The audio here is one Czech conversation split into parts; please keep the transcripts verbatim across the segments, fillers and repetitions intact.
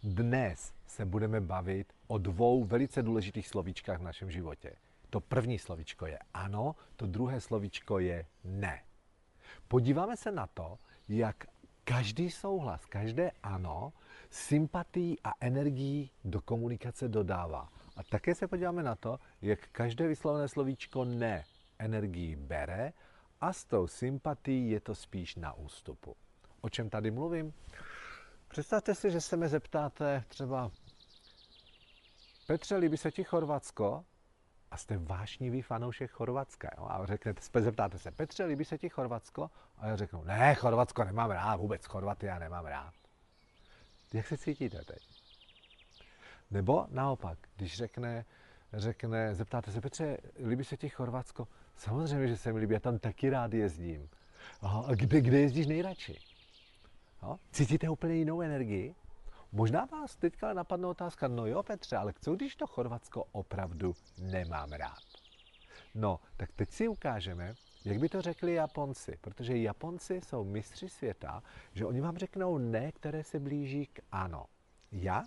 Dnes se budeme bavit o dvou velice důležitých slovíčkách v našem životě. To první slovíčko je ano, to druhé slovíčko je ne. Podíváme se na to, jak každý souhlas, každé ano, sympatii a energii do komunikace dodává. A také se podíváme na to, jak každé vyslovené slovíčko ne energii bere a s tou sympatií je to spíš na ústupu. O čem tady mluvím? Představte si, že se mě zeptáte třeba Petře, líbí se ti Chorvatsko? A jste vášnivý fanoušek Chorvatska. Jo? A řeknete, zeptáte se, Petře, líbí se ti Chorvatsko? A já řeknu, ne, Chorvatsko nemám rád, vůbec Chorvaty já nemám rád. Jak se cítíte teď? Nebo naopak, když řekne, řekne, zeptáte se, Petře, líbí se ti Chorvatsko? Samozřejmě, že se mi líbí, já tam taky rád jezdím. Aha, a kde, kde jezdíš nejradši? Jo? Cítíte úplně jinou energii? Možná vás teďka napadne otázka, no jo Petře, ale co když to Chorvatsko opravdu nemám rád? No, tak teď si ukážeme, jak by to řekli Japonci, protože Japonci jsou mistři světa, že oni vám řeknou ne, které se blíží k ano. Jak?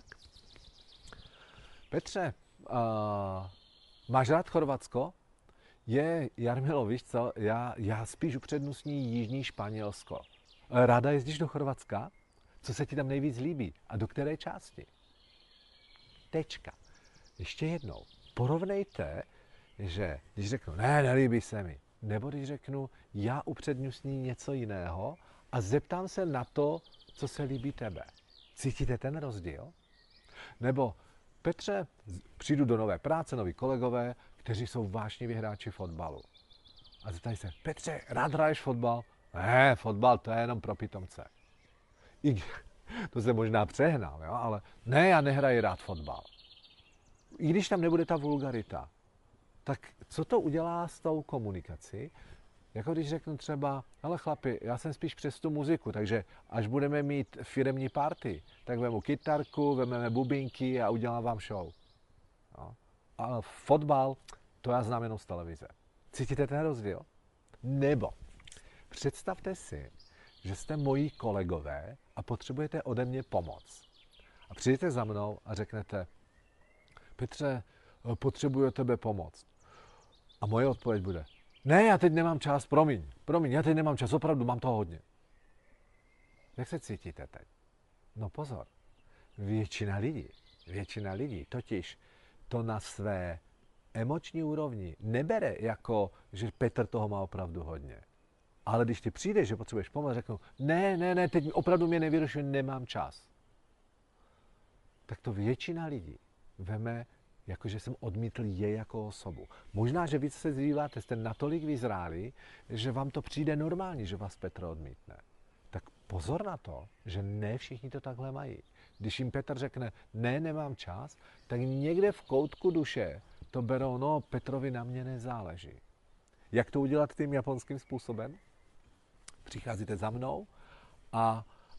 Petře, uh, máš rád Chorvatsko? Je, Jarmilo, víš co, já, já spíš upřednostní jižní Španělsko. Ráda jezdíš do Chorvatska? Co se ti tam nejvíc líbí? A do které části? Tečka. Ještě jednou. Porovnejte, že když řeknu, ne, nelíbí se mi, nebo když řeknu, já upřednostním něco jiného a zeptám se na to, co se líbí tebe. Cítíte ten rozdíl? Nebo, Petře, přijdu do nové práce, noví kolegové, kteří jsou vášniví hráči fotbalu. A zeptají se, Petře, rád hraješ fotbal? Ne, fotbal, to je jenom pro pitomce. I, to se možná přehnal, jo? Ale ne, já nehraji rád fotbal. I když tam nebude ta vulgarita, tak co to udělá s tou komunikací? Jako když řeknu třeba, hele chlapi, já jsem spíš přes tu muziku, takže až budeme mít firemní party, tak vemu kytarku, vememe bubínky a udělám vám show. Jo? A fotbal, to já znám jenom z televize. Cítíte ten rozdíl? Nebo představte si, že jste moji kolegové a potřebujete ode mě pomoc. A přijdete za mnou a řeknete, Petře, potřebuji od tebe pomoc. A moje odpověď bude, ne, já teď nemám čas, promiň, promiň, já teď nemám čas, opravdu mám toho hodně. Jak se cítíte teď? No pozor, většina lidí, většina lidí totiž to na své emoční úrovni nebere jako, že Petr toho má opravdu hodně. Ale když ty přijdeš, že potřebuješ pomoc, řeknu, ne, ne, ne, teď opravdu mě nevěříš, nemám čas. Tak to většina lidí veme, jako že jsem odmítl je jako osobu. Možná, že víc se zvíváte, jste natolik vyzráli, že vám to přijde normální, že vás Petr odmítne. Tak pozor na to, že ne všichni to takhle mají. Když jim Petr řekne, ne, nemám čas, tak někde v koutku duše to berou, no, Petrovi na mě nezáleží. Jak to udělat tím japonským způsobem? Přicházíte za mnou a,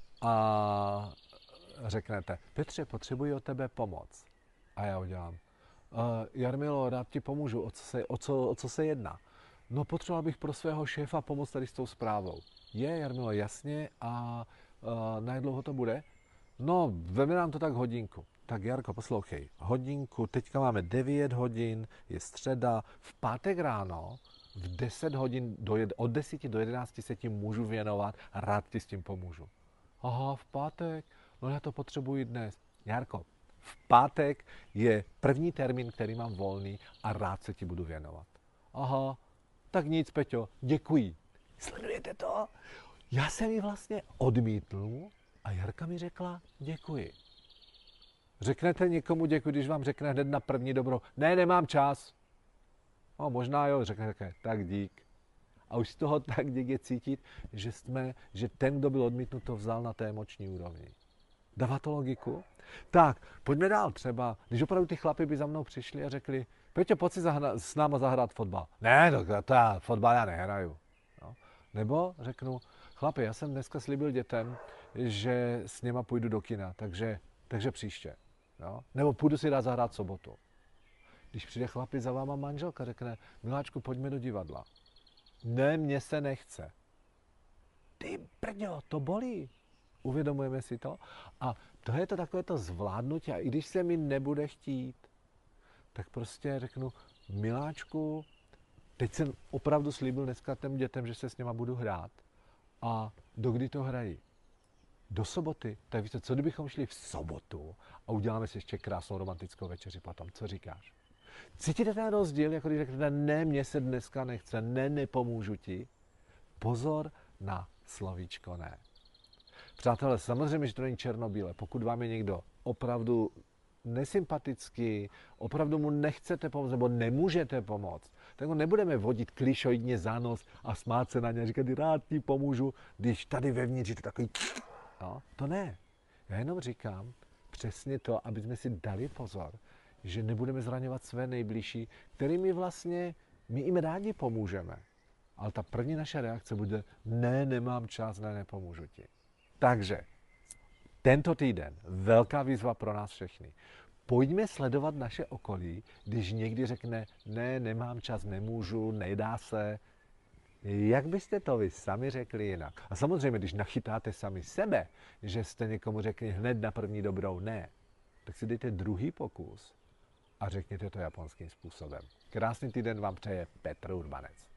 a řeknete, Petře, potřebuji od tebe pomoc. A já udělám, uh, Jarmilo, rád ti pomůžu, o co, se, o, co, o co se jedná? No potřeboval bych pro svého šéfa pomoct tady s tou zprávou. Je, Jarmilo, jasně, a uh, na jak dlouho to bude? No, veme nám to tak hodinku. Tak Jarko, poslouchej, hodinku, teďka máme devět hodin, je středa, v pátek ráno, v deset hodin, do jed, od deseti do jedenácti se tím můžu věnovat a rád ti s tím pomůžu. Aha, v pátek? No já to potřebuji dnes. Jarko, v pátek je první termín, který mám volný a rád se ti budu věnovat. Aha, tak nic, Peťo, děkuji. Sledujete to? Já jsem ji vlastně odmítl a Jarka mi řekla děkuji. Řeknete někomu děkuji, když vám řekne hned na první dobro, ne, nemám čas. No, možná jo, řekne také, tak dík. A už z toho tak dík je cítit, že, jsme, že ten, kdo byl odmítnut, to vzal na té emoční úrovni. Dává to logiku? Tak, pojďme dál třeba, když opravdu ty chlapi by za mnou přišli a řekli, Peťo, pojď si zahra- s náma zahrát fotbal. Ne, to, to já, fotbal já nehraju. No. Nebo řeknu, chlapi, já jsem dneska slíbil dětem, že s něma půjdu do kina, takže, takže příště. Jo? Nebo půjdu si dát zahrát sobotu. Když přijde chlapi za váma manželka, řekne, miláčku, pojďme do divadla. Ne, mně se nechce. Ty brďo, to bolí. Uvědomujeme si to? A to je to takové to zvládnutí. A i když se mi nebude chtít, tak prostě řeknu, miláčku, teď jsem opravdu slíbil dneska těm dětem, že se s něma budu hrát. A dokdy to hrají? Do soboty. Tak víte, co kdybychom šli v sobotu a uděláme si ještě krásnou romantickou večeři potom? Co říkáš? Cítíte ten rozdíl, jako když řeknete, ne, mně se dneska nechce, ne, nepomůžu ti? Pozor na slovíčko ne. Přátelé, samozřejmě, že to není černobílé. Pokud vám je někdo opravdu nesympatický, opravdu mu nechcete pomoct nebo nemůžete pomoct, tak ho nebudeme vodit klišoidně za nos a smát se na ně a říkat, rád ti pomůžu, když tady vevnitř je to takový... No, to ne. Já jenom říkám přesně to, aby jsme si dali pozor, že nebudeme zraňovat své nejbližší, kterými vlastně my jim rádi pomůžeme. Ale ta první naše reakce bude, ne, nemám čas, ne, nepomůžu ti. Takže tento týden velká výzva pro nás všechny. Pojďme sledovat naše okolí, když někdy řekne, ne, nemám čas, nemůžu, nedá se. Jak byste to vy sami řekli jinak? A samozřejmě, když nachytáte sami sebe, že jste někomu řekli hned na první dobrou ne, tak si dejte druhý pokus a řekněte to japonským způsobem. Krásný týden vám přeje Petr Urbanec.